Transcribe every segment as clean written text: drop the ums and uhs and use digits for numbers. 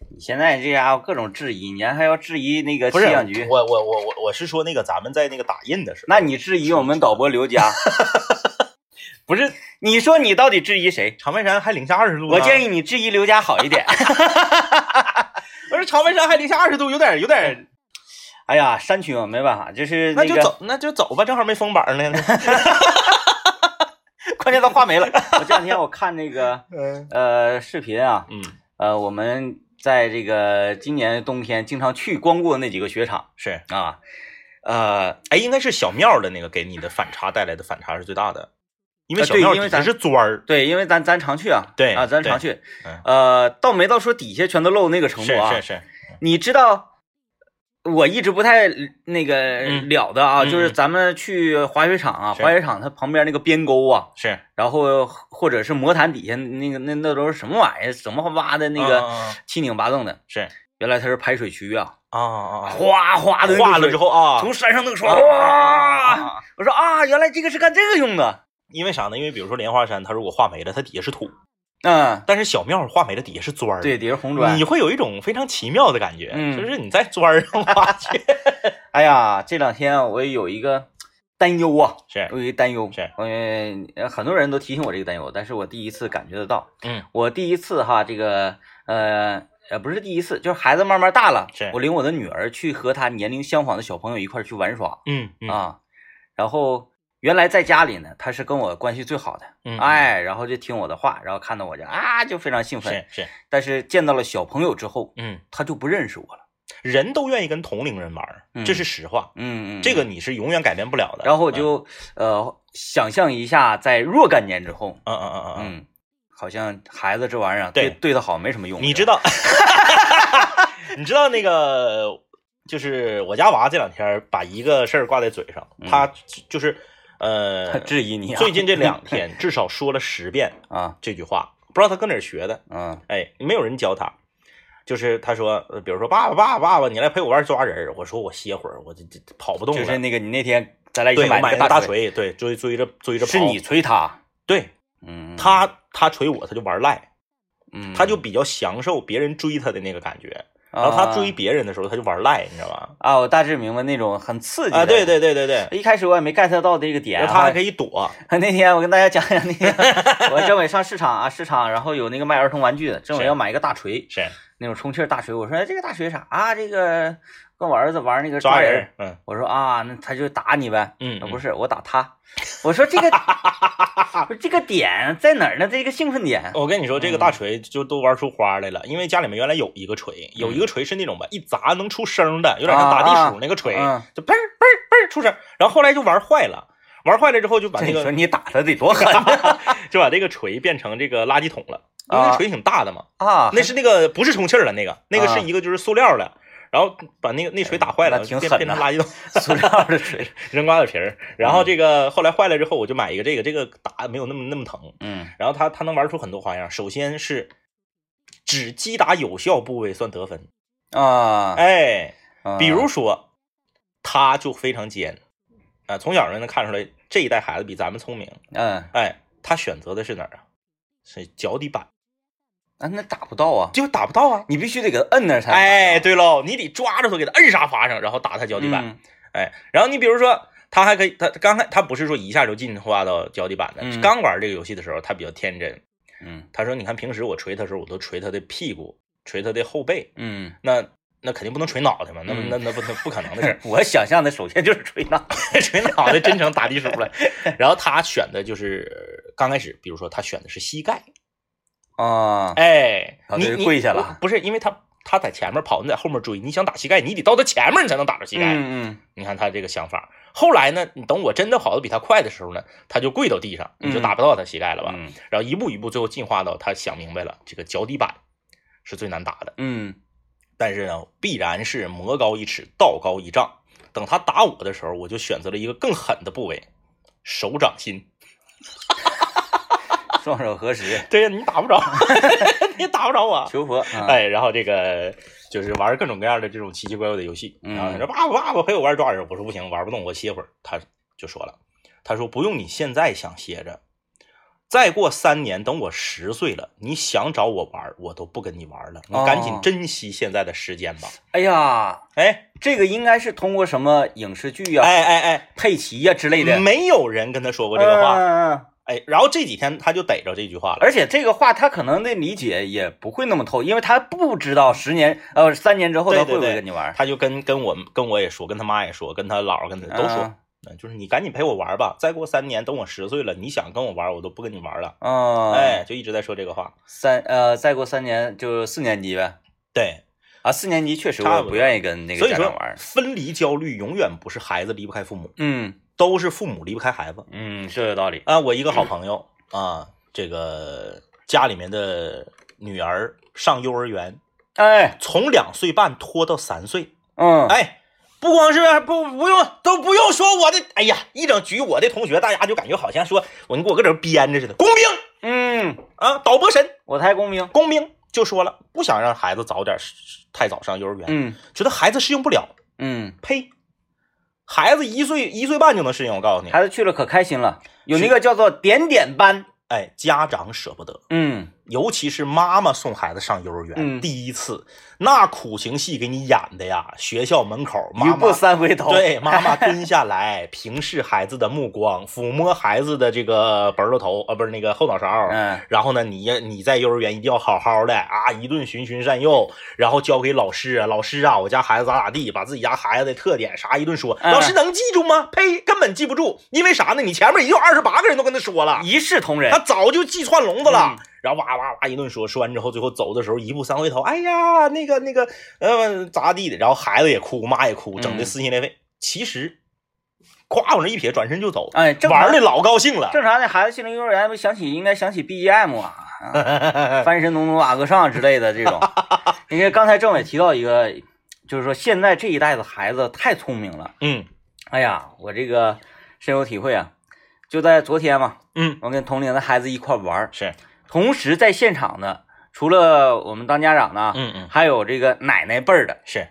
你现在这家伙各种质疑，你还要质疑那个气象局？ 我是说那个咱们在那个打印的时候， 那你质疑我们导播刘佳？不是，你说你到底质疑谁？ 长白山还零下20度， 我建议你质疑刘佳好一点。 我说长白山还零下20度，有点。 哎呀，山区嘛，没办法，就是那就走吧，正好没封板呢。 关键都画没了。我这两天我看那个视频啊，我们在这个今年冬天经常去光顾的那几个雪场是啊， 应该是小庙的那个给你的反差带来的反差是最大的，因为小庙底下是砖儿， 对，因为咱常去啊， 对啊，咱常去，倒没到说底下全都漏那个程度啊， 是， 你知道。我一直不太那个了的啊，就是咱们去滑雪场啊，滑雪场它旁边那个边沟啊， 是， 然后或者是魔毯底下那都是什么玩意儿，怎么挖的那个七拧八纵的， 是， 原来它是排水区啊， 哗哗的化了之后啊， 从山上那个水哇，我说啊，原来这个是干这个用的， 因为啥呢？因为比如说莲花山，它如果化没了，它底下是土。但是小庙化没了，底下是砖儿， 对，底下红砖， 你会有一种非常奇妙的感觉，就是你在砖上挖去。 哎呀，这两天我有一个担忧啊，我有一个担忧，很多人都提醒我这个担忧，但是我第一次感觉得到，我第一次哈，这个不是第一次，就是孩子慢慢大了，我领我的女儿去和她年龄相仿的小朋友一块去玩耍，然后。原来在家里呢，他是跟我关系最好的，然后就听我的话，然后看到我就非常兴奋， 是。 但是见到了小朋友之后，他就不认识我了。 人都愿意跟同龄人玩，这是实话，这个你是永远改变不了的。 然后我就想象一下，在若干年之后，好像孩子这玩意儿对他好没什么用。 你知道，你知道那个，就是我家娃这两天把一个事儿挂在嘴上，他就是。 他质疑你最近这2天至少说了10遍这句话，不知道他搁哪儿学的，没有人教他，就是他说，比如说爸爸，你来陪我玩抓人，我说我歇会儿，我这跑不动了。 就是那个你那天咱俩一起买个大锤，对，追着跑。 是你捶他， 对，他捶我，他就玩赖，他就比较享受别人追他的那个感觉。然后他追别人的时候，他就玩赖，你知道吧？ 我大致明白那种很刺激的。 对。 一开始我也没 get 到这个点， 他还可以躲。 那天我跟大家讲那天我政委上市场，然后有那个卖儿童玩具的，政委要买一个大锤， 是那种充气大锤。我说这个大锤啥啊？这个跟我儿子玩那个抓人。 我说那他就打你呗。不是我打他。我说这个这个点在哪儿呢？这个兴奋点。 我跟你说，这个大锤就都玩出花来了，因为家里面原来有一个锤，有一个锤是那种吧，一砸能出声的，有点像打地鼠那个锤，就嘣出声。然后后来就玩坏了之后就把那个， 说你打他得多狠， 就把这个锤变成这个垃圾桶了，因为那锤挺大的嘛。那是那个不是充气的那个是一个就是塑料的。然后把那锤打坏了， 挺狠的， 变成垃圾桶， 塑料的锤， 扔瓜子皮儿。然后这个后来坏了之后，我就买一个这个打没有那么疼。然后他能玩出很多花样。首先是只击打有效部位算得分比如说他就非常尖从小人能看出来这一代孩子比咱们聪明。他选择的是哪儿啊？是脚底板。 那打不到啊， 就打不到啊！ 你必须得给他摁那才。 对喽，你得抓着他，给他摁沙发上，然后打他脚底板。然后你比如说，他还可以，他不是说一下就进化到脚底板的。刚玩这个游戏的时候，他比较天真。他说：“你看平时我捶他的时候，我都捶他的屁股，捶他的后背。那肯定不能捶脑袋嘛，那不可能的事。 我想象的首先就是捶脑袋，真成打地鼠了。然后他选的就是刚开始，比如说他选的是膝盖。 你跪下了， 不是因为他在前面跑，你在后面追，你想打膝盖，你得到他前面，你才能打着膝盖。你看他这个想法。后来呢，你等我真的跑得比他快的时候呢，他就跪到地上，你就打不到他膝盖了吧？然后一步一步，最后进化到他想明白了，这个脚底板是最难打的。但是呢，必然是魔高一尺，道高一丈。等他打我的时候，我就选择了一个更狠的部位，手掌心。 双手合十， 对呀，你打不着，你打不着我， 求佛。 然后这个就是玩各种各样的这种奇奇怪怪的游戏。然后他说：“爸爸陪我玩抓人。”我说：“不行，玩不动，我歇会儿。”他就说了，他说：“不用你现在想歇着， 再过3年，等我10岁了，你想找我玩，我都不跟你玩了。你赶紧珍惜现在的时间吧。 哎呀，这个应该是通过什么影视剧啊，佩奇呀之类的。 没有人跟他说过这个话。然后这几天他就逮着这句话了。 而且这个话他可能的理解也不会那么透，因为他不知道3年之后他会不会跟你玩。 他就跟我也说，跟他妈也说，跟他姥跟他都说。就是你赶紧陪我玩吧，再过3年，等我10岁了，你想跟我玩，我都不跟你玩了。就一直在说这个话。 再过3年就4年级呗。 对啊，4年级确实我不愿意跟那个家长玩。 分离焦虑永远不是孩子离不开父母，都是父母离不开孩子。 是有道理啊。我一个好朋友啊，这个家里面的女儿上幼儿园，从2岁半拖到3岁。不光是都不用说我的，哎呀，一整举我的同学，大家就感觉好像说我给我搁这编着似的。工兵，导播神， 我太工兵就说了，不想让孩子太早上幼儿园，觉得孩子适应不了。呸，孩子1岁半就能适应，我告诉你， 孩子去了可开心了，有那个叫做点点班。 家长舍不得，尤其是妈妈送孩子上幼儿园，第一次那苦情戏给你演的呀，学校门口妈妈 1步3回头， 对，妈妈蹲下来平视孩子的目光，抚摸孩子的这个本儿头不是那个后脑勺，然后呢你在幼儿园一定要好好的啊，一顿循善诱，然后交给老师啊，我家孩子咋地，把自己家孩子的特点啥一顿说，老师能记住吗？呸，根本记不住，因为啥呢？你前面已经有28个人都跟他说了， 一视同仁， 他早就记串笼子了。然后哇哇哇一顿说完之后，最后走的时候1步3回头，哎呀那个咋地的，然后孩子也哭，妈也哭，整的撕心裂肺。其实夸往这一撇，转身就走。玩的老高兴了。 正常的孩子进了幼儿园，应该想起 BGM 啊，翻身农奴瓦格上之类的这种。因为刚才政委提到一个，就是说现在这一代的孩子太聪明了。哎呀，我这个深有体会啊。就在昨天嘛，我跟同龄的孩子一块玩， 是。 同时在现场呢，除了我们当家长呢，还有这个奶奶辈儿的， 是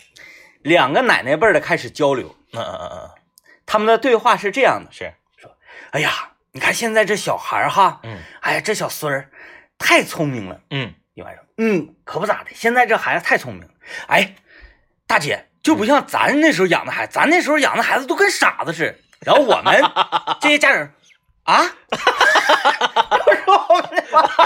2个奶奶辈儿的开始交流。他们的对话是这样的， 是说，哎呀，你看现在这小孩哈，哎呀，这小孙儿太聪明了。另外说，可不咋的，现在这孩子太聪明了。哎，大姐就不像咱那时候养的孩子，咱那时候养的孩子都跟傻子似的。然后我们这些家长啊，我说我们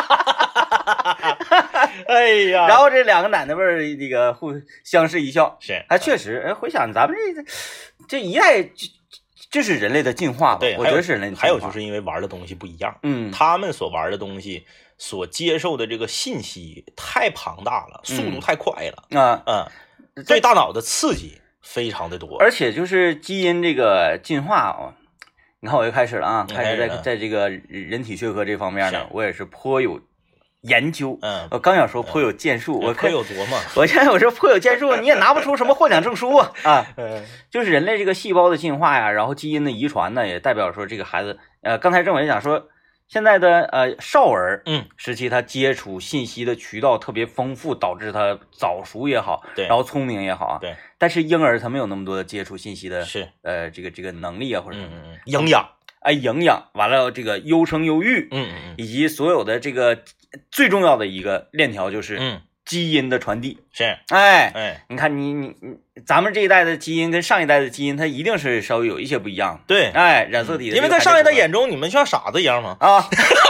哎呀， 然后这2个奶奶辈儿这个互相视一笑， 是， 确实，回想咱们这一代，这是人类的进化吧？ 对， 我觉得是人类的进化。 还有就是因为玩的东西不一样，他们所玩的东西所接受的这个信息太庞大了，速度太快了，对大脑的刺激非常的多， 而且就是基因这个进化啊。你看我又开始了啊，开始在这个人体学科这方面呢，我也是颇有研究。我刚想说颇有建树，我颇有琢磨。 我现在我说颇有建树，你也拿不出什么获奖证书啊。就是人类这个细胞的进化呀，然后基因的遗传呢，也代表说这个孩子，刚才政委讲说，现在的少儿时期，他接触信息的渠道特别丰富，导致他早熟也好， 对， 然后聪明也好啊， 对。 但是婴儿他没有那么多的接触信息的， 是这个能力啊，或者营养， 营养完了这个优生优育，以及所有的这个最重要的一个链条就是基因的传递， 是， 你看你咱们这一代的基因跟上一代的基因，它一定是稍微有一些不一样， 对， 染色体的， 因为在上一代眼中，你们像傻子一样吗？ 啊。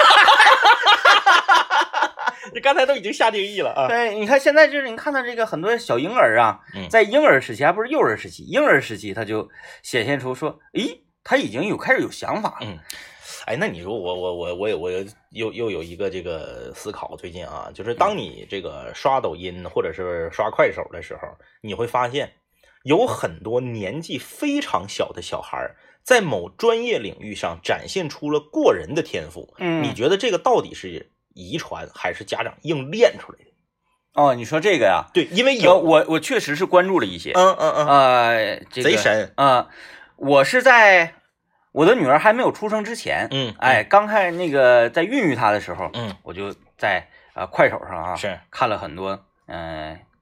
你刚才都已经下定义了啊！ 对，你看现在就是你看到这个很多小婴儿啊，在婴儿时期还不是幼儿时期，婴儿时期他就显现出说，诶，他已经开始有想法了。 那你说我又有一个这个思考，最近啊，就是当你这个刷抖音或者是刷快手的时候，你会发现有很多年纪非常小的小孩在某专业领域上展现出了过人的天赋。你觉得这个到底是遗传还是家长硬练出来的？ 哦，你说这个呀？ 对，因为我确实是关注了一些，这个贼神我是在我的女儿还没有出生之前，刚看那个在孕育她的时候，我就在快手上啊， 是看了很多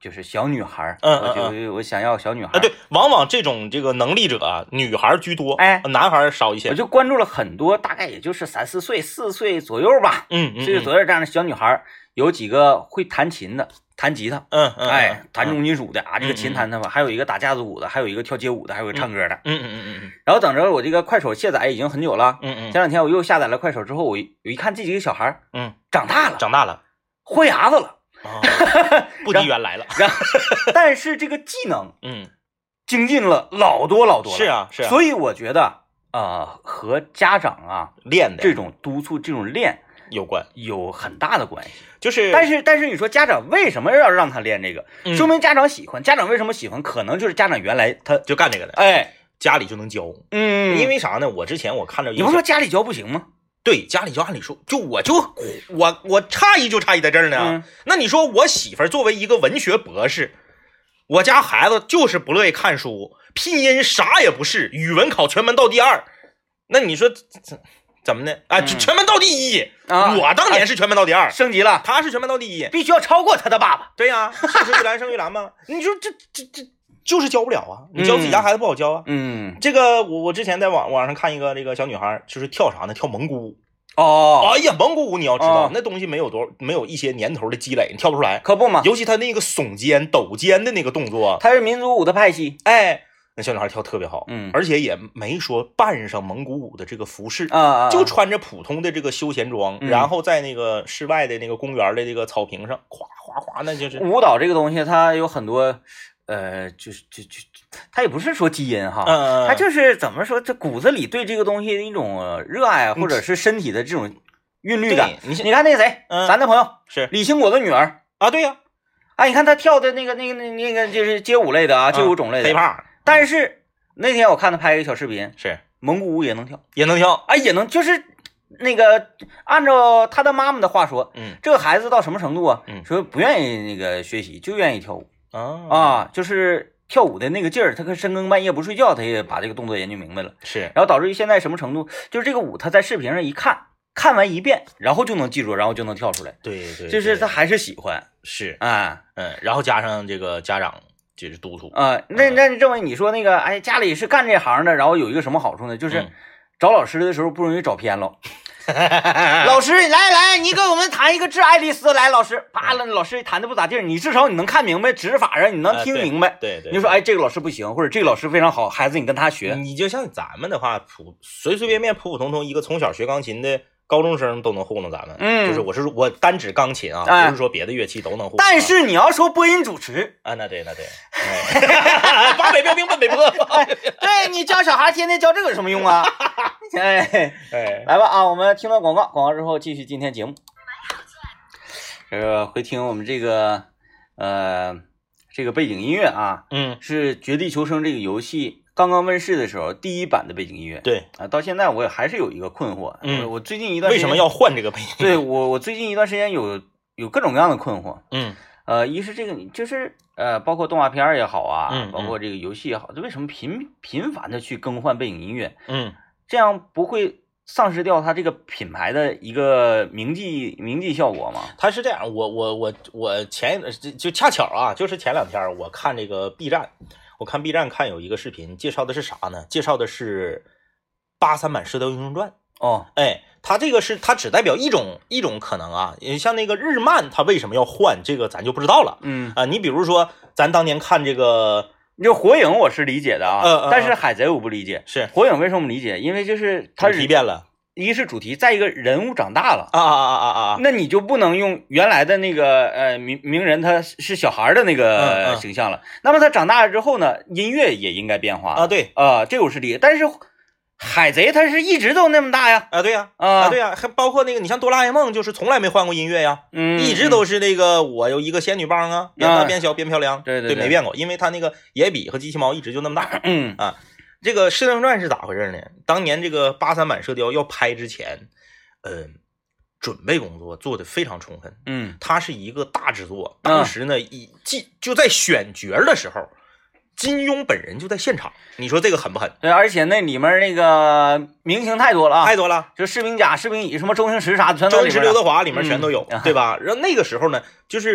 就是小女孩，我想要小女孩。 对，往往这个能力者啊，女孩居多，男孩少一些。 我就关注了很多，大概也就是3、4岁、4岁左右吧，4岁左右这样的小女孩，有几个会弹琴的，弹吉他，弹重金属的啊，这个琴弹他们，还有一个打架子鼓的，还有一个跳街舞的，还有一个唱歌的，然后等着我这个快手卸载已经很久了，前2天我又下载了快手之后，我一看这几个小孩，长大了，豁牙子了。 不敌原来了， 但是这个技能，精进了老多了。 是啊， 所以我觉得和家长啊练的这种督促、这种练有很大的关系。 就是， 但是你说家长为什么要让他练这个？说明家长喜欢。家长为什么喜欢？可能就是家长原来他就干这个的，家里就能教。因为啥呢？我之前我看着， 你不说家里教不行吗？ 对，家里教按理说，我诧异就诧异在这儿呢。那你说我媳妇儿作为一个文学博士，我家孩子就是不乐意看书，拼音啥也不是，语文考全门倒第2，那你说怎么的啊？全门倒第1啊！我当年是全门倒第2， 升级了， 他是全门倒第1， 必须要超过他的爸爸。 对呀，胜玉兰吗？你说这就是教不了啊！你教自己家孩子不好教啊。这个我之前在网上看一个这个小女孩，就是跳啥呢？跳蒙古舞。哎呀，蒙古舞你要知道，那东西没有一些年头的积累，你跳不出来， 可不嘛。 尤其他那个耸肩、抖肩的那个动作， 它是民族舞的派系。 那小女孩跳特别好，而且也没说扮上蒙古舞的这个服饰就穿着普通的这个休闲装，然后在那个室外的那个公园的这个草坪上，哗哗哗，那就是舞蹈这个东西，它有很多。他也不是说基因哈，他就是怎么说，这骨子里对这个东西的一种热爱，或者是身体的这种韵律感。你看那个谁，咱的朋友是李兴国的女儿啊，对呀， 你看他跳的那个就是街舞类的啊，街舞种类的， 飞胖。 但是那天我看他拍一个小视频， 是蒙古舞也能跳， 也能， 就是那个按照他的妈妈的话说，这个孩子到什么程度啊？说不愿意那个学习，就愿意跳舞。就是跳舞的那个劲儿，他可深更半夜不睡觉，他也把这个动作研究明白了。 是， 然后导致于现在什么程度？就是这个舞他在视频上一看完一遍，然后就能记住，然后就能跳出来。 对， 就是他还是喜欢。 是然后加上这个家长就是督促那你认为你说那个家里是干这行的，然后有一个什么好处呢？就是找老师的时候不容易找偏了。老师来，你给我们弹一个《致爱丽丝》来，老师啪了，老师弹的不咋地，你至少你能看明白指法啊，你能听明白。 对， 你说这个老师不行，或者这个老师非常好，孩子你跟他学。 你就像咱们的话，随便普普通通一个从小学钢琴的高中生都能糊弄咱们。就是我单指钢琴啊，不是说别的乐器都能糊弄。 但是你要说播音主持啊，那对。把北漂兵奔北坡。 对，你教小孩天天教这个有什么用啊？来吧啊！我们听到广告之后继续今天节目。回听我们这个背景音乐啊，是《绝地求生》这个游戏刚刚问世的时候第1版的背景音乐。 对到现在我也还是有一个困惑。我最近一段时间为什么要换这个背景？ 对我最近一段时间有各种各样的困惑。一是这个就是包括动画片也好啊，包括这个游戏也好，为什么频繁的去更换背景音乐？这样不会丧失掉它这个品牌的一个铭记效果吗？ 它是这样，我就恰巧啊，就是前2天我看这个 B 站，看有一个视频，介绍的是啥呢？介绍的是83版《射雕英雄传》。它这个它只代表一种可能啊，像那个日漫，它为什么要换这个咱就不知道了。你比如说咱当年看这个。 就火影我是理解的啊，但是海贼我不理解。 是火影为什么理解？因为就是它主题变了， 一是主题，再一个人物长大了啊， 那你就不能用原来的那个鸣人他是小孩的那个形象了。那么他长大了之后呢，音乐也应该变化啊。对这个我是理解，但是海贼他是一直都那么大呀。 对呀，还包括那个你像哆啦 A 梦，就是从来没换过音乐呀，一直都是那个我有一个仙女棒啊，变大变小变漂亮， 对， 没变过，因为他那个野比和机器猫一直就那么大。这个《射雕传》是咋回事呢？当年这个83版射雕要拍之前，准备工作做得非常充分。它是一个大制作，当时呢就在选角的时候。金庸本人就在现场，你说这个狠不狠？ 对，而且那里面那个明星太多了，就士兵甲、士兵乙，什么周星驰啥的，全都周星驰、刘德华里面全都有，对吧？然后那个时候呢，就是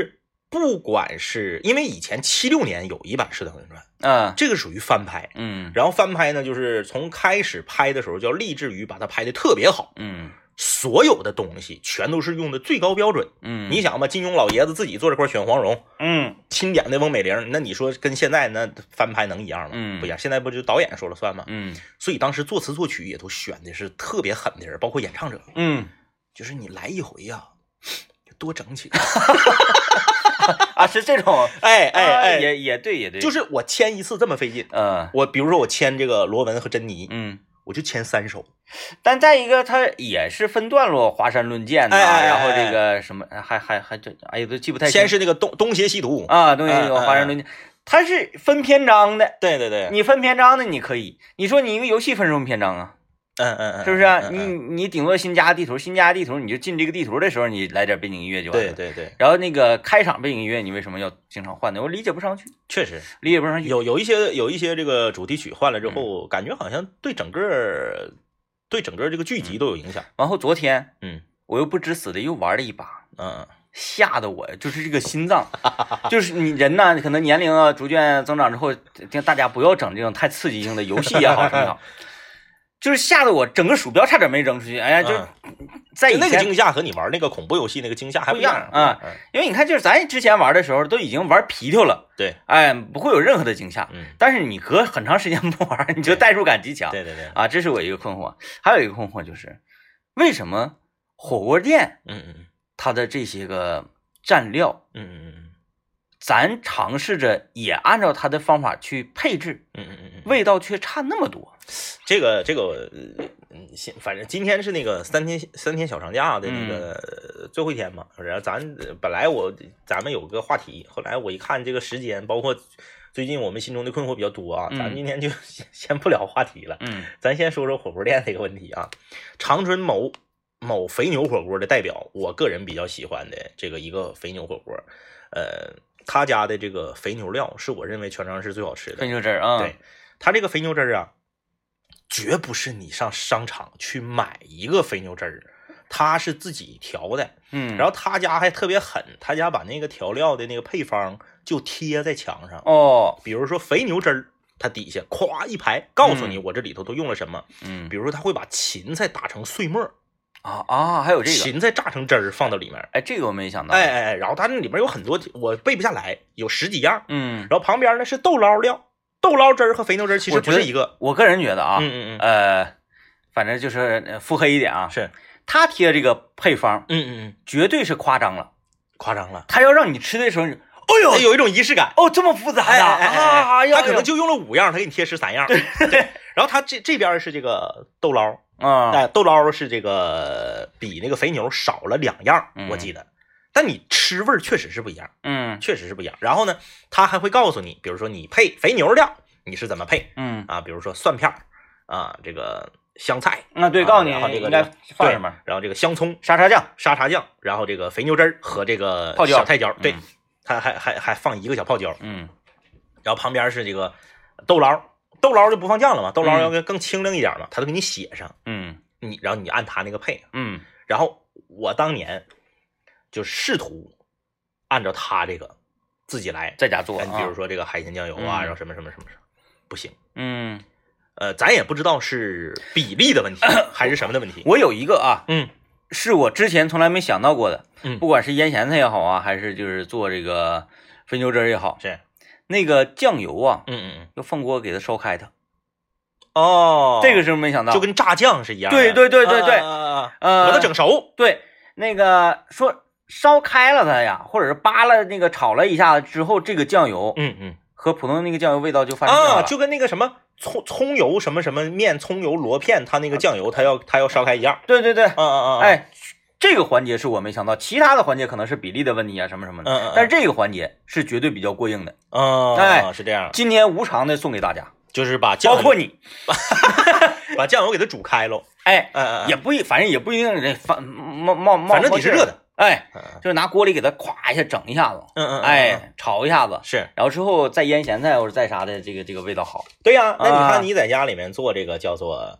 不管是因为以前76年有一版《射雕英雄传》，这个属于翻拍，然后翻拍呢，就是从开始拍的时候就要立志于把它拍的特别好，所有的东西全都是用的最高标准，你想吧，金庸老爷子自己做这块选黄蓉，钦点的翁美玲，那你说跟现在那翻拍能一样吗？不一样，现在不就导演说了算吗？所以当时作词作曲也都选的是特别狠的人，包括演唱者，就是你来一回呀，就多整几个。 啊，是这种， 哎， 也对， 就是我签一次这么费劲，我比如说我签这个罗文和珍妮，我就签3首， 但再一个，它也是分段落，华山论剑呐，然后这个什么，还这，哎呀，都记不太清。 先是那个东邪西毒啊，东邪西毒，华山论剑，它是分篇章的， 对， 你分篇章的你可以，你说你一个游戏分什么篇章啊？是不是啊？你顶多新加地图你就进这个地图的时候，你来点背景音乐就完了。 对。 然后那个开场背景音乐，你为什么要经常换呢？我理解不上去。 确实理解不上去。 有一些这个主题曲换了之后，感觉好像对整个这个剧集都有影响。 然后昨天，我又不知死的又玩了一把，吓得我就是这个心脏，就是你人呢，可能年龄啊逐渐增长之后，大家不要整这种太刺激性的游戏也好什么也好。就是吓得我整个鼠标差点没扔出去，哎呀，就在以前那个惊吓和你玩那个恐怖游戏那个惊吓还不一样啊，因为你看，就是咱之前玩的时候都已经玩皮条了， 对， 哎，不会有任何的惊吓，但是你隔很长时间不玩，你就代入感极强， 对， 啊，这是我一个困惑，还有一个困惑就是为什么火锅店，它的这些个蘸料，咱尝试着也按照它的方法去配置，味道却差那么多。 这个，反正今天是那个三天小长假的那个最后一天嘛。然后本来咱们有个话题，后来我一看这个时间，包括最近我们心中的困惑比较多啊，咱今天就先不聊话题了。咱先说说火锅店这个问题啊。长春某肥牛火锅的代表，我个人比较喜欢的这个一个肥牛火锅，他家的这个肥牛料是我认为全长市最好吃的肥牛汁啊。 对，他这个肥牛汁啊，绝不是你上商场去买一个肥牛汁，他是自己调的。然后他家还特别狠，他家把那个调料的那个配方就贴在墙上。比如说肥牛汁，他底下咵一排，告诉你我这里头都用了什么。比如说他会把芹菜打成碎末。 还有这个芹菜榨成汁儿放到里面， 哎，这个我没想到， 然后它那里面有很多，我背不下来，有10几样，然后旁边呢是豆捞料，豆捞汁儿和肥牛汁儿其实不是一个， 我个人觉得啊，反正就是腹黑一点啊， 是他贴这个配方，绝对是夸张了，他要让你吃的时候，哎呦， 有一种仪式感， 这么复杂呀， 他可能就用了5样，他给你贴13样，对，然后他这边是这个豆捞。豆捞是这个比那个肥牛少了2样，我记得，但你吃味儿确实是不一样，确实是不一样。然后呢，他还会告诉你，比如说你配肥牛料你是怎么配，比如说蒜片啊，这个香菜， 对，告诉你， 然后这个应该放什么， 然后这个香葱、 沙茶酱，然后这个肥牛汁和这个小菜椒，对，他还放一个小泡椒，然后旁边是这个豆捞就不放酱了嘛，豆捞要更清灵一点嘛，他都给你写上，然后你按他那个配，然后我当年就试图按照他这个自己来在家做， 比如说这个海鲜酱油啊，然后什么不行，咱也不知道是比例的问题还是什么的问题。 我有一个啊，是我之前从来没想到过的，不管是腌咸菜也好啊，还是就是做这个肥牛汁也好， 是。 那个酱油啊，要放锅给它烧开它。这个是没想到， 就跟炸酱是一样的。 对， 把它整熟。 对，那个说烧开了它呀，或者是扒了那个炒了一下之后，这个酱油，和普通那个酱油味道就发生了。 就跟那个什么葱油什么面，葱油螺片，它那个酱油它要烧开一样。 对，哎。这个环节是我没想到，其他的环节可能是比例的问题啊，什么的，但是这个环节是绝对比较过硬的。 是这样。 今天无偿的送给大家， 就是把酱油， 包括你， 把酱油给它煮开喽。 反正也不一定得放反正得是热的。 就是拿锅里给它咵一下整一下子，炒一下子， 是， 然后之后再腌咸菜或者再啥的，这个味道好。 对呀，那你看你在家里面做这个叫做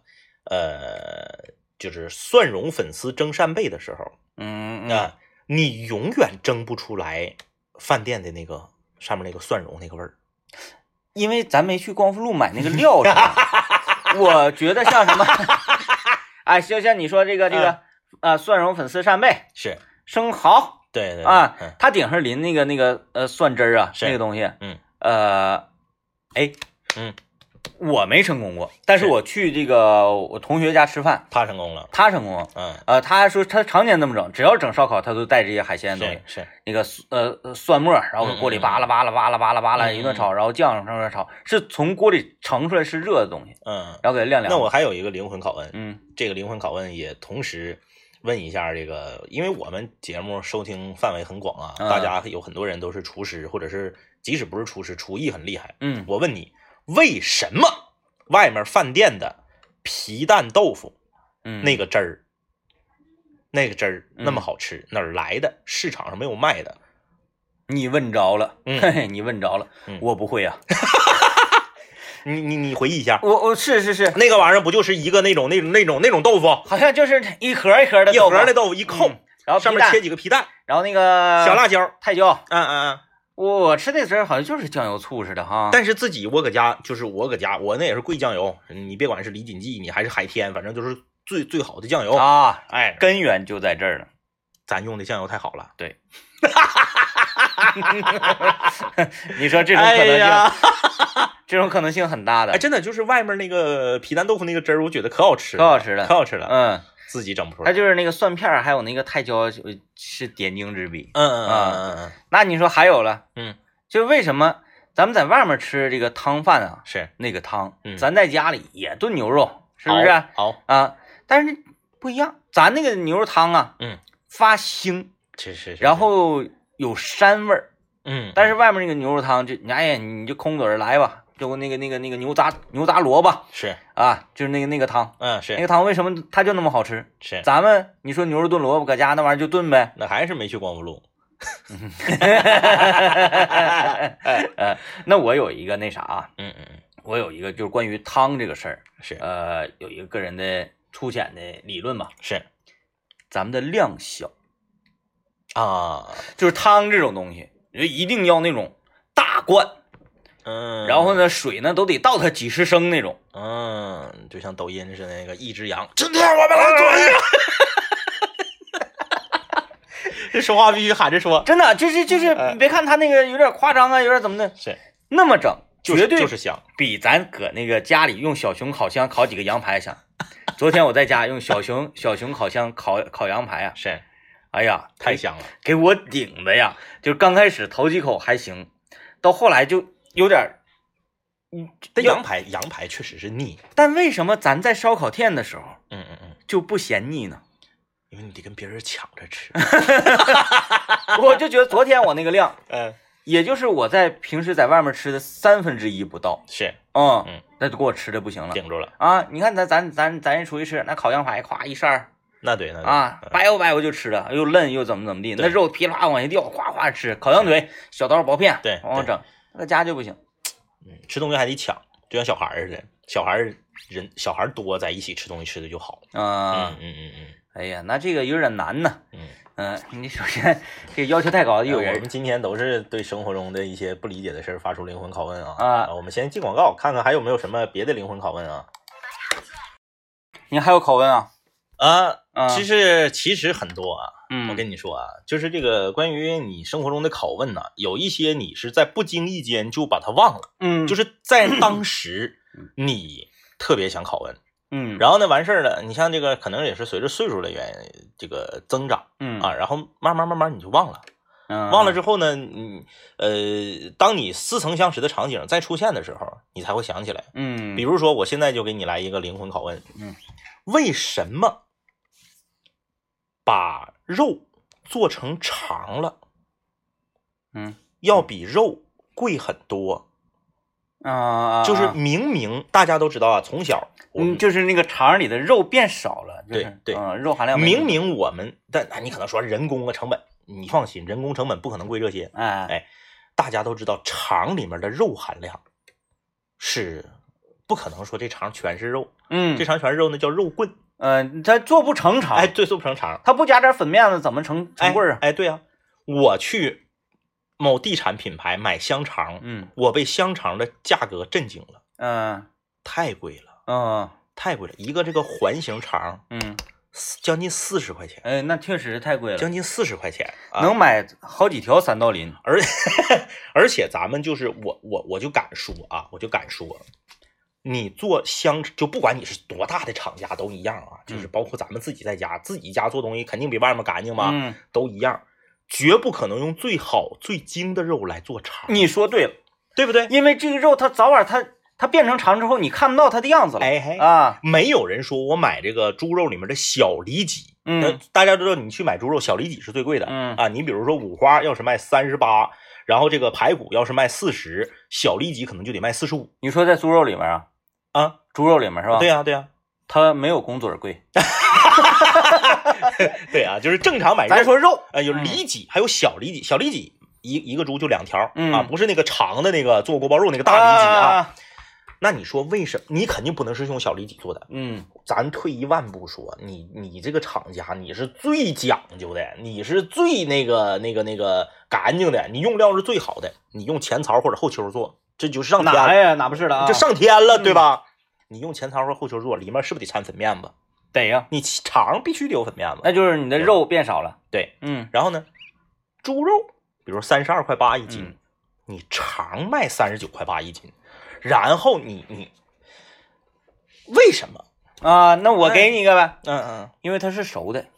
就是蒜蓉粉丝蒸扇贝的时候，你永远蒸不出来饭店的那个上面那个蒜蓉那个味儿， 因为咱没去光复路买那个料是吧？我觉得像什么，哎，就像你说这个蒜蓉粉丝扇贝是生蚝， 对啊，它顶上淋那个蒜汁儿啊，那个东西，我没成功过，但是我去这个我同学家吃饭， 他成功了， 他成功了，他还说他常年这么整，只要整烧烤，他都带这些海鲜的东西， 是那个蒜末，然后搁锅里扒拉一顿炒，然后酱上面炒，是从锅里盛出来是热的东西，然后给它晾凉。 那我还有一个灵魂拷问，这个灵魂拷问也同时问一下这个，因为我们节目收听范围很广啊，大家有很多人都是厨师，或者是即使不是厨师，厨艺很厉害，我问你。为什么外面饭店的皮蛋豆腐，那个汁儿那么好吃，哪儿来的？市场上没有卖的。 你问着了，你问着了，我不会啊。 你回忆一下， 我是那个玩意儿不就是一个那种豆腐， 好像就是一盒的豆腐一扣， 然后上面切几个皮蛋， 然后那个小辣椒、 泰椒， 我吃那时候好像就是酱油醋似的哈， 但是自己我搁家，我那也是贵酱油，你别管是李锦记，你还是海天，反正都是最好的酱油啊，哎，根源就在这儿了， 咱用的酱油太好了， 对，你说这种可能性，这种可能性很大的， 哎，真的就是外面那个皮蛋豆腐那个汁儿，我觉得可好吃了，自己整不出来， 它就是那个蒜片还有那个泰椒是点睛之笔，那你说还有了，就为什么咱们在外面吃这个汤饭啊， 是那个汤，咱在家里也炖牛肉，是不是？但是不一样，咱那个牛肉汤啊，发腥， 是， 然后有膻味儿，但是外面那个牛肉汤就你就空嘴来吧。就那个牛杂萝卜是啊，就是那个汤， 是那个汤为什么它就那么好吃？ 是咱们你说牛肉炖萝卜搁家那玩意儿就炖呗， 那还是没去光复路。 那我有一个那啥，我有一个就是关于汤这个事儿， 是有一个个人的粗浅的理论吧， 是咱们的量小啊， 就是汤这种东西，一定要那种大罐。然后呢，水呢都得倒它几十升那种， 就像抖音似的那个一只羊，今天我们来做一个，这说话必须喊着说， 真的，就是你别看他那个有点夸张啊，有点怎么的， 是那么整，绝对就是香， 比咱搁那个家里用小熊烤箱烤几个羊排香。昨天我在家用小熊烤箱烤羊排啊， 是， 哎呀， 太香了， 给我顶的呀！就刚开始头几口还行，到后来就有点， 但羊排确实是腻。 但为什么咱在烧烤店的时候，就不嫌腻呢？ 因为你得跟别人抢着吃。 我就觉得昨天我那个量，也就是我在平时在外面吃的1/3不到。 是， 那就给我吃的不行了， 顶住了啊！你看咱出去吃，那烤羊排，咵一扇， 那对掰我就吃了，又嫩又怎么地，那肉噼啪往下掉，哗哗吃。烤羊腿，小刀薄片， 对， 往整。那个家就不行， 吃东西还得抢，就像小孩似的，小孩多在一起吃东西吃的就好。 哎呀，那这个有点难呢。你首先这个要求太高，有人。 我们今天都是对生活中的一些不理解的事发出灵魂拷问啊。我们先进广告，看看还有没有什么别的灵魂拷问啊。 你还有拷问啊？ 其实很多啊。我跟你说啊，就是这个关于你生活中的拷问呢，有一些你是在不经意间就把它忘了，就是在当时你特别想拷问，然后呢完事儿了，你像这个可能也是随着岁数的这个增长，然后慢慢你就忘了，忘了之后呢，当你似曾相识的场景再出现的时候，你才会想起来，比如说我现在就给你来一个灵魂拷问，为什么把肉做成肠了，要比肉贵很多就是明明大家都知道啊，从小就是那个肠里的肉变少了， 对， 肉含量明明我们但你可能说人工成本，你放心，人工成本不可能贵这些，大家都知道肠里面的肉含量是不可能说这肠全是肉，这肠全是肉那叫肉棍。 它做不成肠， 对，做不成肠， 它不加点粉面子怎么成棍儿啊？ 对啊，我去某地产品牌买香肠，我被香肠的价格震惊了，太贵了，太贵了，一个这个环形肠，将近40块钱， 哎，那确实太贵了， 将近40块钱， 能买好几条三道鳞， 而且咱们就是我就敢说啊，你做香就不管你是多大的厂家都一样啊，就是包括咱们自己在家自己家做东西，肯定比外面干净嘛，都一样，绝不可能用最好最精的肉来做肠。 你说对了， 对不对？ 因为这个肉它早晚它变成肠之后，你看不到它的样子了。 啊，没有人说我买这个猪肉里面的小里脊，大家知道你去买猪肉小里脊是最贵的，啊，你比如说五花要是卖38，然后这个排骨要是卖40，小里脊可能就得卖45。 你说在猪肉里面啊，猪肉里面是吧？ 对呀，对呀， 它没有公嘴贵。 对啊，就是正常买肉。 咱说肉， 有里脊，还有小里脊，小里脊一个猪就2条，啊，不是那个长的那个做锅包肉那个大里脊啊。那你说为什么？你肯定不能是用小里脊做的。咱退一万步说，你这个厂家你是最讲究的，你是最那个干净的，你用料是最好的，你用前槽或者后丘做，这就是上天哪呀？哪不是了啊？ 这上天了，对吧？你用前槽或后丘做，里面是不是得掺粉面子？ 得呀， 你肠必须得有粉面子， 那就是你的肉变少了。 对，然后呢，猪肉比如32.8块一斤，你肠卖39.8块一斤。然后你为什么啊？那我给你一个呗。因为它是熟的。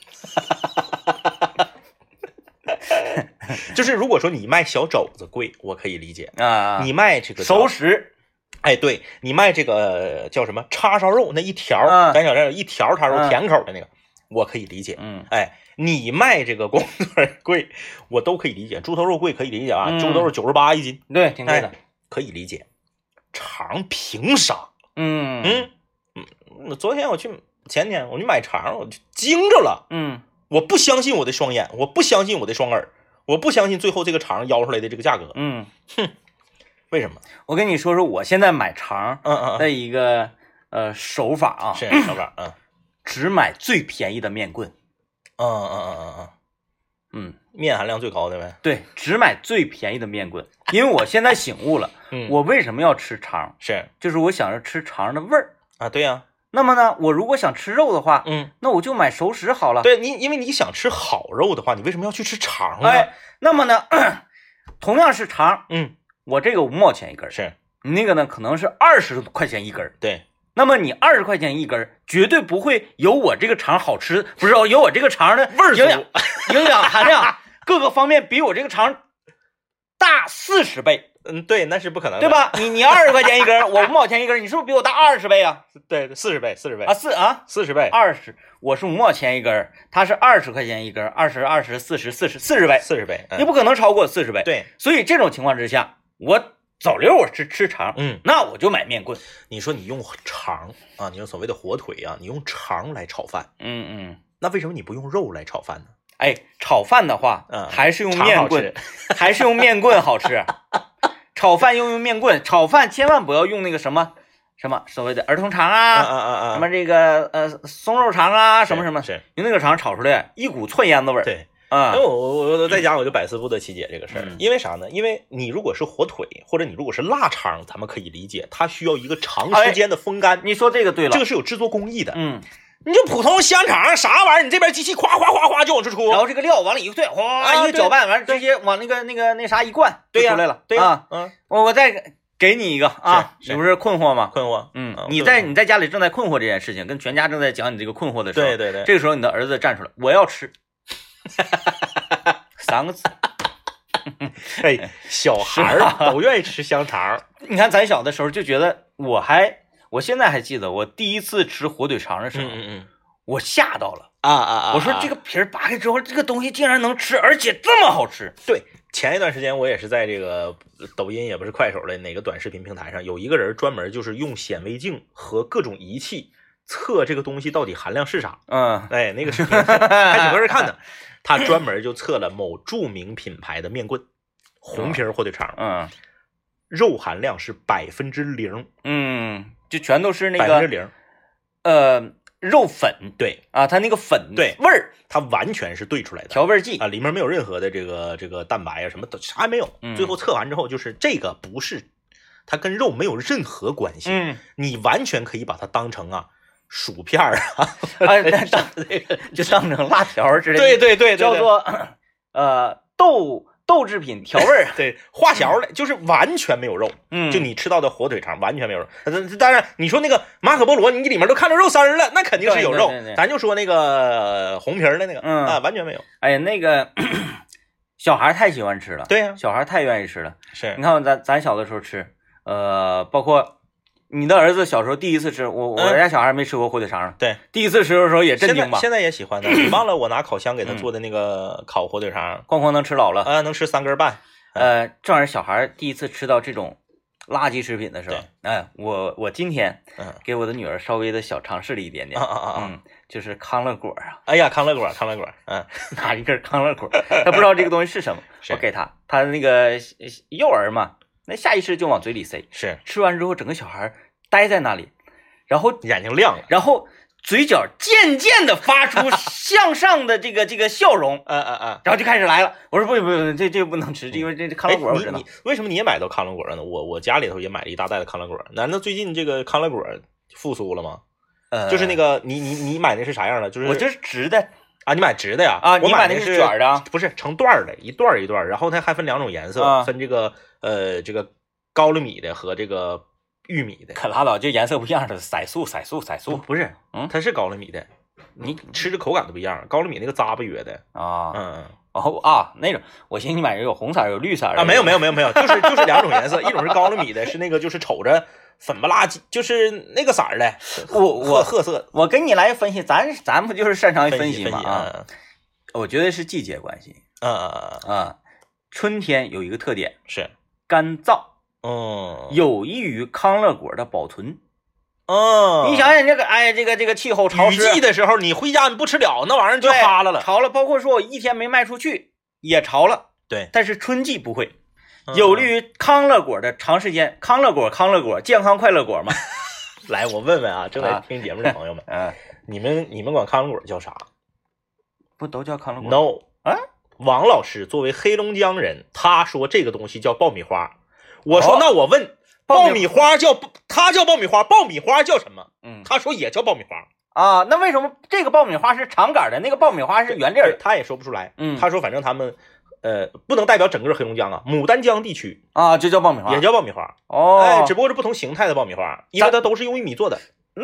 就是如果说你卖小肘子贵，我可以理解啊。 你卖这个熟食， 哎，对你卖这个叫什么叉烧肉那一条，咱小这一条叉烧甜口的那个，我可以理解。哎，你卖这个公腿贵，我都可以理解。猪头肉贵可以理解啊，猪头肉98一斤， 对，挺贵的， 可以理解。肠凭啥？昨天前天我去买肠，我就惊着了。我不相信我的双眼，我不相信我的双耳，我不相信最后这个肠要出来的这个价格。为什么？ 我跟你说说我现在买肠的一个手法啊， 是手法， 只买最便宜的面棍。 面含量最高的呗。 对，只买最便宜的面棍，因为我现在醒悟了。我为什么要吃肠？就是我想着吃肠的味儿啊。对呀。 那么呢，我如果想吃肉的话，那我就买熟食好了。 对，因为你想吃好肉的话，你为什么要去吃肠呢？ 哎，那么呢，同样是肠，我这个5毛钱一根，你那个呢可能是20块钱一根。 对。 那么你20块钱一根，绝对不会有我这个肠好吃，不是有我这个肠的味儿、 营养含量各个方面比我这个肠大40倍。 对，那是不可能的， 对吧？你20块钱一根，我5毛钱一根，你是不是比我大20倍啊？ 对，40倍，40倍啊 ，40倍 ，20，我是5毛钱一根，他是20块钱一根，20、40、40倍 ，40倍， 你不可能超过40倍。 对， 所以这种情况之下，我早溜我吃肠，那我就买面棍。 你说你用肠啊，你用所谓的火腿啊，你用肠来炒饭，那为什么你不用肉来炒饭呢？ 哎，炒饭的话，还是用面棍，还是用面棍好吃。炒饭用面棍，炒饭千万不要用那个什么所谓的儿童肠啊，什么这个松肉肠啊，什么，用那个肠炒出来一股窜烟子味儿。 对。因为我在家我就百思不得其解这个事儿，因为啥呢？因为你如果是火腿或者你如果是腊肠，咱们可以理解，它需要一个长时间的风干。 你说这个对了， 这个是有制作工艺的。你就普通香肠啥玩意儿，你这边机器哗哗哗哗就往出出， 然后这个料往里一兑，哗一个搅拌，完直接往那啥一灌，就出来了。 对呀，我再给你一个啊，你不是困惑吗？ 困惑。 你在家里正在困惑这件事情，跟全家正在讲你这个困惑的时候， 对， 这个时候你的儿子站出来，我要吃。3个字。 哎，小孩都愿意吃香肠。 你看咱小的时候就觉得，我现在还记得我第一次吃火腿肠的时候，我吓到了我说这个皮儿扒开之后，这个东西竟然能吃，而且这么好吃。 对，前一段时间我也是在这个抖音也不是快手的哪个短视频平台上，有一个人专门就是用显微镜和各种仪器测这个东西到底含量是啥。哎，那个视频还挺多人看的。他专门就测了某著名品牌的面棍，红皮火腿肠，肉含量是0%， 就全都是那个 0%。 肉粉， 对啊，它那个粉对味儿， 它完全是兑出来的调味剂啊，里面没有任何的这个蛋白啊什么的，啥也没有。最后测完之后，就是这个不是，它跟肉没有任何关系。你完全可以把它当成薯片啊， 就当成辣条之类的。对， 叫做豆制品调味儿， 对，化小的，就是完全没有肉。就你吃到的火腿肠完全没有肉。当然，你说那个马可波罗，你里面都看着肉丝了，那肯定是有肉。咱就说那个红皮的那个，完全没有。 哎呀，那个小孩太喜欢吃了， 对呀， 小孩太愿意吃了。 是， 你看咱小的时候吃，包括你的儿子小时候第一次吃，我家小孩没吃过火腿肠， 对， 第一次吃的时候也震惊吧。 现在也喜欢的。你忘了我拿烤箱给他做的那个烤火腿肠， 哐哐能吃老了啊，能吃3根半。 正好小孩第一次吃到这种垃圾食品的时候，我今天给我的女儿稍微的小尝试了一点点，就是康乐果啊。 哎呀，康乐果， 拿一根康乐果，他不知道这个东西是什么，我给他那个幼儿嘛。那下意识就往嘴里塞， 是吃完之后整个小孩呆在那里，然后眼睛亮了， 然后嘴角渐渐的发出向上的这个笑容，然后就开始来了。我说不，这不能吃，因为这康乐果我知道。 为什么你也买到康乐果了呢？我家里头也买了一大袋的康乐果。难道最近这个康乐果复苏了吗？就是那个你买的是啥样的？就是我这是直的啊，你买直的呀？ 啊，你买的是卷的， 不是成段的，一段一段，然后它还分2种颜色，分这个高丽米的和这个玉米的。 可拉倒，这颜色不一样的，色素不是，它是高丽米的，你吃着口感都不一样。高丽米那个咂巴约的那种，我寻思你买有红色有绿色啊，没有，就是2种颜色，一种是高丽米的，是那个就是瞅着粉不拉几，就是那个色儿的，褐色。 我跟你来分析，咱不就是擅长分析吗？我觉得是季节关系。春天有一个特点是干燥，有益于康乐果的保存。你想想这个这个气候潮湿， 雨季的时候，你回家你不吃了，那玩意儿就哈了。 潮了，包括说我一天没卖出去也潮了。 对， 但是春季不会，有利于康乐果的长时间。康乐果，健康快乐果嘛。 来，我问问啊，正在听节目的朋友们，你们管康乐果叫啥？ 不都叫康乐果 ？No，王老师作为黑龙江人，他说这个东西叫爆米花。我说那我问。爆米花它叫爆米花，爆米花叫什么？他说也叫爆米花啊。那为什么这个爆米花是长杆的，那个爆米花是圆粒的？ 他也说不出来。他说反正他们不能代表整个黑龙江啊，牡丹江地区啊就叫爆米花， 也叫爆米花只不过是不同形态的爆米花，因为它都是用玉米做的。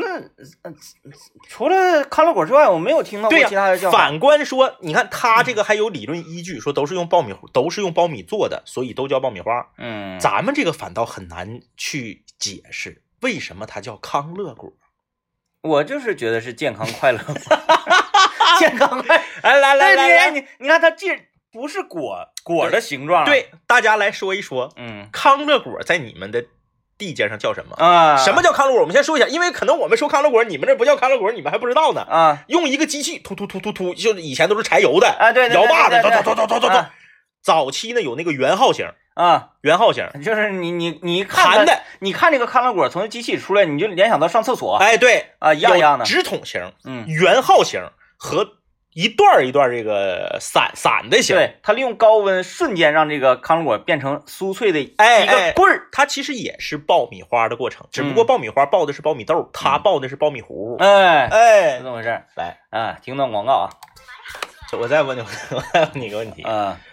除了康乐果之外，我没有听到过其他的叫法。 反观说，你看它这个还有理论依据，说都是用苞米做的，所以都叫爆米花。咱们这个反倒很难去解释为什么它叫康乐果。 我就是觉得是健康快乐果，健康快。 来， 你看它既不是果的形状， 对，大家来说一说，康乐果在你们的地界上叫什么什么叫康乐果？我们先说一下，因为可能我们说康乐果，你们这不叫康乐果，你们还不知道呢用一个机器突，就是以前都是柴油的对， 摇把子，突。早期呢有那个圆号型圆号型就是你看的，你看这个康乐果从机器出来，你就联想到上厕所。 对一样的直筒型，圆号型和一段一段这个散的型， 对，它利用高温瞬间让这个康乐果变成酥脆的一个棍儿， 它其实也是爆米花的过程，只不过爆米花爆的是苞米豆，它爆的是苞米糊。 是这么回事。来听段广告啊。 我再问你个问题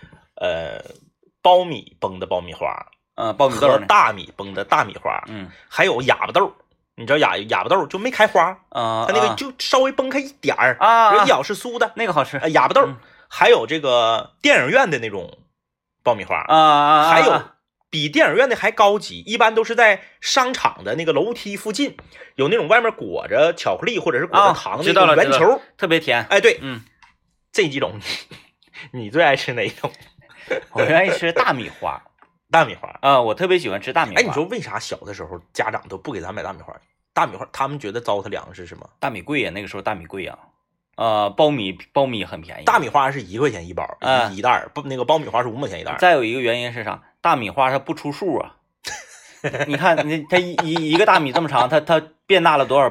苞米崩的爆米花， 苞米豆和大米崩的大米花，还有哑巴豆。你知道哑巴豆就没开花它那个就稍微崩开一点儿一咬是酥的， 那个好吃。 哑巴豆还有这个电影院的那种爆米花还有比电影院的还高级，一般都是在商场的那个楼梯附近有那种外面裹着巧克力或者是裹着糖的那种圆球， 特别甜。 对，这几种你最爱吃哪一种？ 我愿意吃大米花。 大米花我特别喜欢吃大米花。 你说为啥小的时候家长都不给咱买大米花？大米花他们觉得糟蹋粮食是吗？ 大米贵呀，那个时候大米贵呀。苞米很便宜， 大米花是1块钱一包一袋，那个苞米花是5毛钱一袋。 再有一个原因是啥？大米花它不出数啊。你看它一个大米这么长，它变大了多少倍？它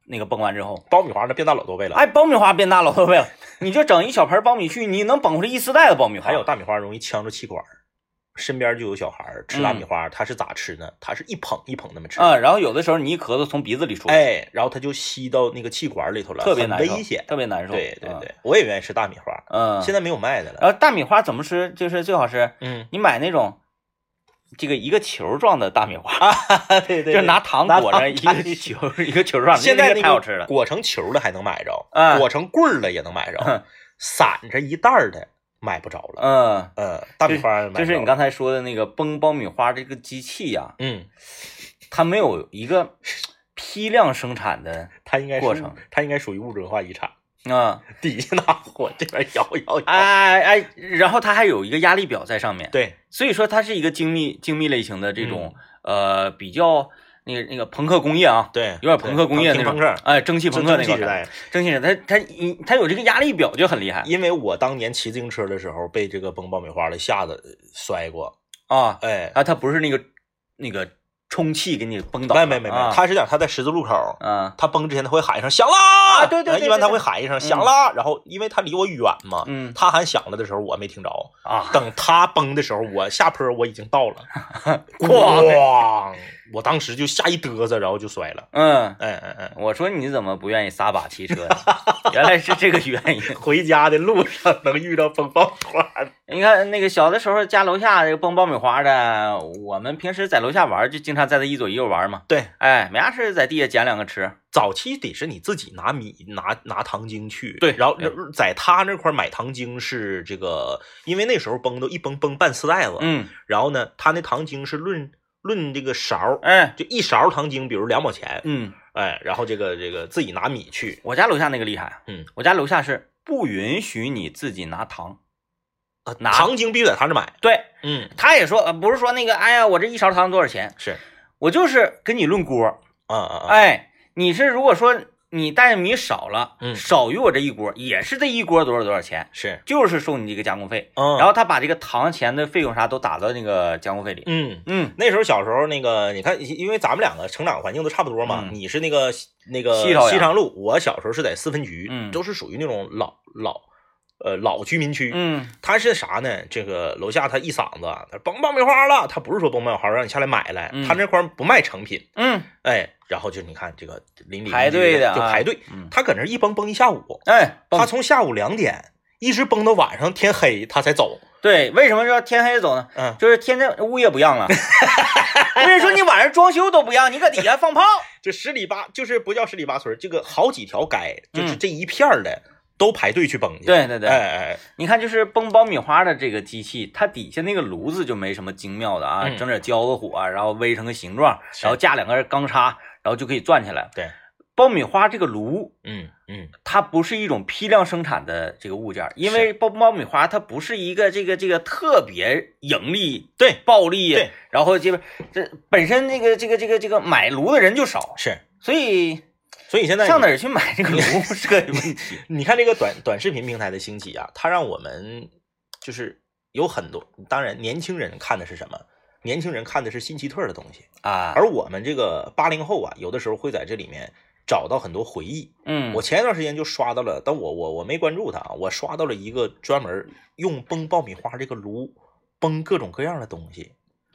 那个崩完之后， 爆米花那变大老多倍了。 哎，爆米花变大老多倍了，你就整一小盆苞米去，你能崩出来1丝带的爆米花。 还有大米花容易呛着气管，身边就有小孩吃大米花，他是咋吃呢？他是一捧一捧那么吃然后有的时候你一咳嗽从鼻子里出来， 哎，然后他就吸到那个气管里头了， 特别难受， 危险， 特别难受。 对对对，我也愿意吃大米花，现在没有卖的了。 然后大米花怎么吃？就是最好是，你买那种这个一个球状的大米花对对， 就是拿糖裹着一个球状， 现在太好吃了， 裹成球的还能买着，裹成棍儿的也能买着，散着一袋的。买不着了，大米花就是你刚才说的那个崩爆米花这个机器呀，它没有一个批量生产的过程， 它应该属于物质文化遗产底下拿火，这边摇， 然后它还有一个压力表在上面， 对， 所以说它是一个精密类型的这种比较。那个朋克工业啊， 对， 有点朋克工业那种，蒸汽朋克那个，蒸汽时代，它有这个压力表就很厉害。 因为我当年骑自行车的时候被这个崩爆米花的吓得摔过它不是那个充气给你崩倒， 没，他是讲他在十字路口，他崩之前他会喊一声响啦， 对， 一般他会喊一声响啦，然后因为他离我远嘛，他喊响了的时候我没听着等他崩的时候我下坡我已经到了，咣。我当时就吓一嘚瑟，然后就摔了。 我说你怎么不愿意撒把骑车？原来是这个原因。 回家的路上能遇到崩爆米花。 你看那个小的时候家楼下这个崩爆米花的，我们平时在楼下玩，就经常在这一左一右玩嘛。 对， 没啥事在地下捡两个吃。 早期得是你自己拿糖精去， 对， 然后在他那块买糖精是这个，因为那时候崩都一崩半丝带子，然后呢，他那糖精是论这个勺，就一勺糖精，比如2毛钱，然后这个自己拿米去。 我家楼下那个厉害，我家楼下是不允许你自己拿糖， 糖精必须在他这买。 对，他也说不是说那个，哎呀，我这一勺糖多少钱？ 是我就是跟你论锅，你是如果说你带米少了，少于我这一锅，也是这一锅多少钱， 是就是收你这个加工费，然后他把这个糖钱的费用啥都打到那个加工费里。 那时候小时候那个你看，因为咱们两个成长环境都差不多嘛，你是那个西长路，我小时候是在四分局，都是属于那种老居民区，他是啥呢？这个楼下他一嗓子，他崩爆米花了，他不是说崩爆米花让你下来买来，他那块不卖成品，然后就你看这个邻里排队的就排队，他搁那一崩一下午，他从下午2点一直崩到晚上天黑他才走。 对，为什么说天黑走呢？就是天天物业不让了，我跟你说，你晚上装修都不让，你搁底下放炮， 这就是不叫十里八村，这个好几条街，就是这一片的。都排队去崩去。 对，你看就是崩爆米花的这个机器，它底下那个炉子就没什么精妙的啊，整点焦子火，然后煨成个形状，然后架2根钢叉，然后就可以转起来。 对， 爆米花这个炉，它不是一种批量生产的这个物件，因为爆米花它不是一个这个特别盈利， 对， 暴利，对，然后这本身这个买炉的人就少， 是， 所以现在上哪儿去买这个炉是个问题。 你看这个短视频平台的兴起啊，它让我们就是有很多，当然年轻人看的是什么？年轻人看的是新奇特的东西啊， 而我们这个80后啊，有的时候会在这里面找到很多回忆。我前一段时间就刷到了，但我没关注它啊，我刷到了一个专门用崩爆米花这个炉崩各种各样的东西。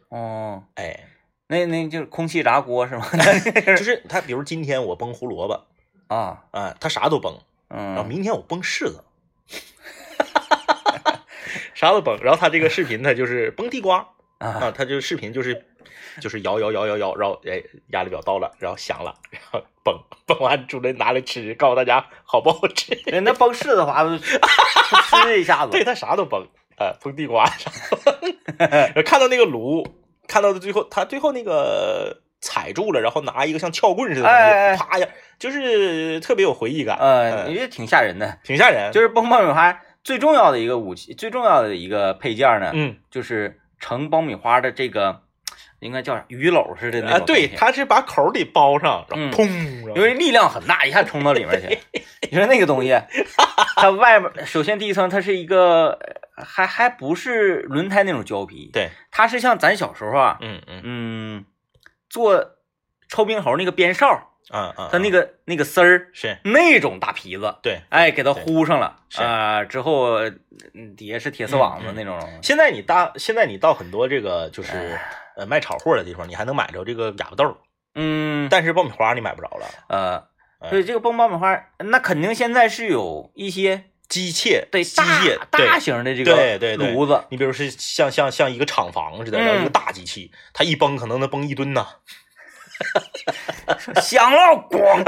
那就是空气炸锅是吗？ 就是他，比如今天我崩胡萝卜他啥都崩，然后明天我崩柿子，啥都崩。然后他这个视频他就是崩地瓜他这个视频就是摇，然后压力表到了，然后响了，然后崩完出来拿来吃，告诉大家好不好吃。 那崩柿子的话，吃一下子， 对他啥都崩崩地瓜啥都崩。看到那个炉。看到的他最后那个踩住了，然后拿一个像撬棍似的东西，啪呀，就是特别有回忆感。 也挺吓人的， 挺吓人。 就是崩爆米花最重要的一个武器，最重要的一个配件呢，就是盛爆米花的这个应该叫啥鱼篓似的那种。 对，它是把口给包上，然后砰， 因为力量很大，一下冲到里面去。你说那个东西，它外面首先第一层它是一个。还不是轮胎那种胶皮， 对， 它是像咱小时候啊，做抽冰猴那个鞭哨它那个丝儿是那种大皮子， 对， 哎，给它糊上了之后底下是铁丝网子那种。 现在你到很多这个就是卖炒货的地方，你还能买着这个哑巴豆，但是爆米花你买不着了。 所以这个爆米花，那肯定现在是有一些机械， 对，大型的这个炉子， 你比如是像一个厂房似的，然后一个大机器，它一崩可能能崩1吨呐。 响了，咣，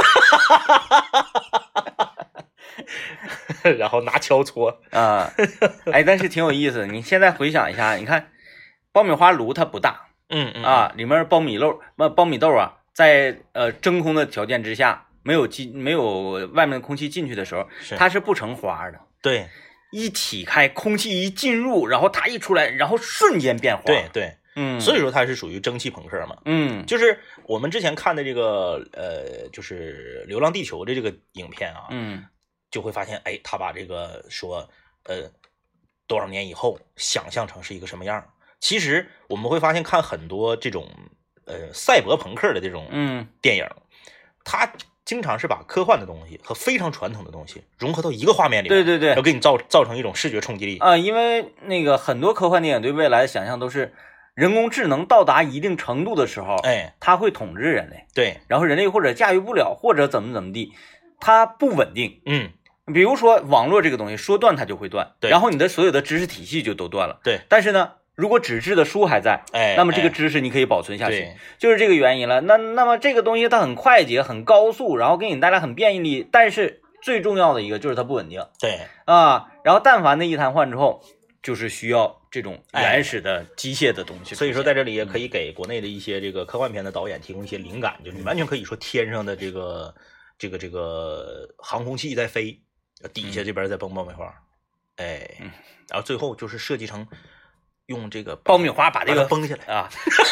然后拿锹搓哎，但是挺有意思的。你现在回想一下，你看爆米花炉它不大，里面苞米豆啊，在真空的条件之下，没有外面的空气进去的时候，它是不成花的。 对， 一体开，空气一进入，然后它一出来，然后瞬间变花。 对。所以说它是属于蒸汽朋克嘛。就是我们之前看的这个就是《流浪地球》的这个影片啊，就会发现，哎，他把这个说多少年以后想象成是一个什么样。其实我们会发现，看很多这种赛博朋克的这种电影，它经常是把科幻的东西和非常传统的东西融合到一个画面里面， 对， 要给你造成一种视觉冲击力因为那个很多科幻电影对未来的想象都是人工智能到达一定程度的时候，它会统治人类， 对， 然后人类或者驾驭不了，或者怎么地，它不稳定，比如说网络这个东西说断它就会断，然后你的所有的知识体系就都断了， 对， 但是呢，如果纸质的书还在，那么这个知识你可以保存下去，就是这个原因了。那么这个东西它很快捷、很高速，然后给你带来很便利，但是最重要的一个就是它不稳定。 对然后但凡那一瘫痪之后，就是需要这种原始的机械的东西。 所以说在这里也可以给国内的一些这个科幻片的导演提供一些灵感，就是你完全可以说天上的这个航空器在飞，底下这边在崩爆米花，然后最后就是设计成用这个爆米花把这个崩下来啊。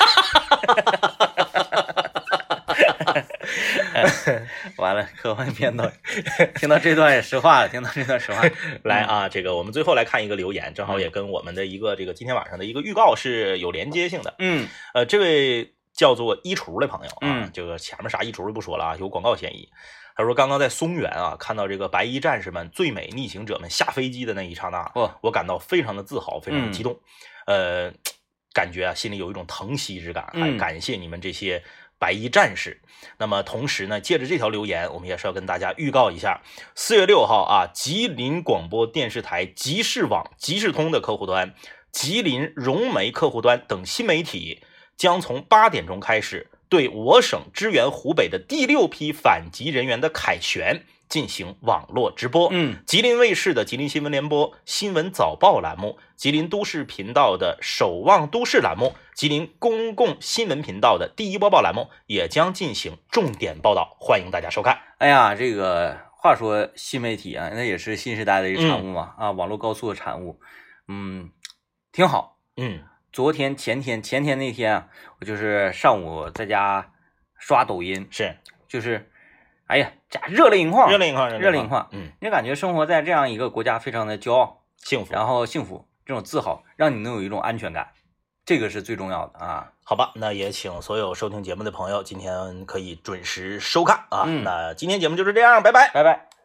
完了，科幻片都听到这段也实话了， 来啊，这个我们最后来看一个留言，正好也跟我们的一个这个今天晚上的一个预告是有连接性的。这位叫做衣橱的朋友啊，这个前面啥衣橱就不说了啊，有广告嫌疑。他说刚刚在松原啊看到这个白衣战士们、最美逆行者们下飞机的那一刹那，我感到非常的自豪，非常的激动。感觉啊心里有一种疼惜之感，还感谢你们这些白衣战士。那么同时呢，借着这条留言，我们也是要跟大家预告一下，4月6号啊，吉林广播电视台吉视网、吉视通的客户端、吉林融媒客户端等新媒体将从8点钟开始，对我省支援湖北的第6批反击人员的凯旋进行网络直播。吉林卫视的吉林新闻联播新闻早报栏目，吉林都市频道的守望都市栏目，吉林公共新闻频道的第一播报栏目也将进行重点报道，欢迎大家收看。 哎呀，这个话说新媒体啊，那也是新时代的一个产物嘛，网络高速的产物，挺好。昨天前天那天啊，我就是上午在家刷抖音，就是哎呀，热泪盈眶，你感觉生活在这样一个国家非常的骄傲、 幸福， 然后幸福，这种自豪让你能有一种安全感，这个是最重要的啊。 好吧，那也请所有收听节目的朋友今天可以准时收看啊。那今天节目就是这样，拜拜。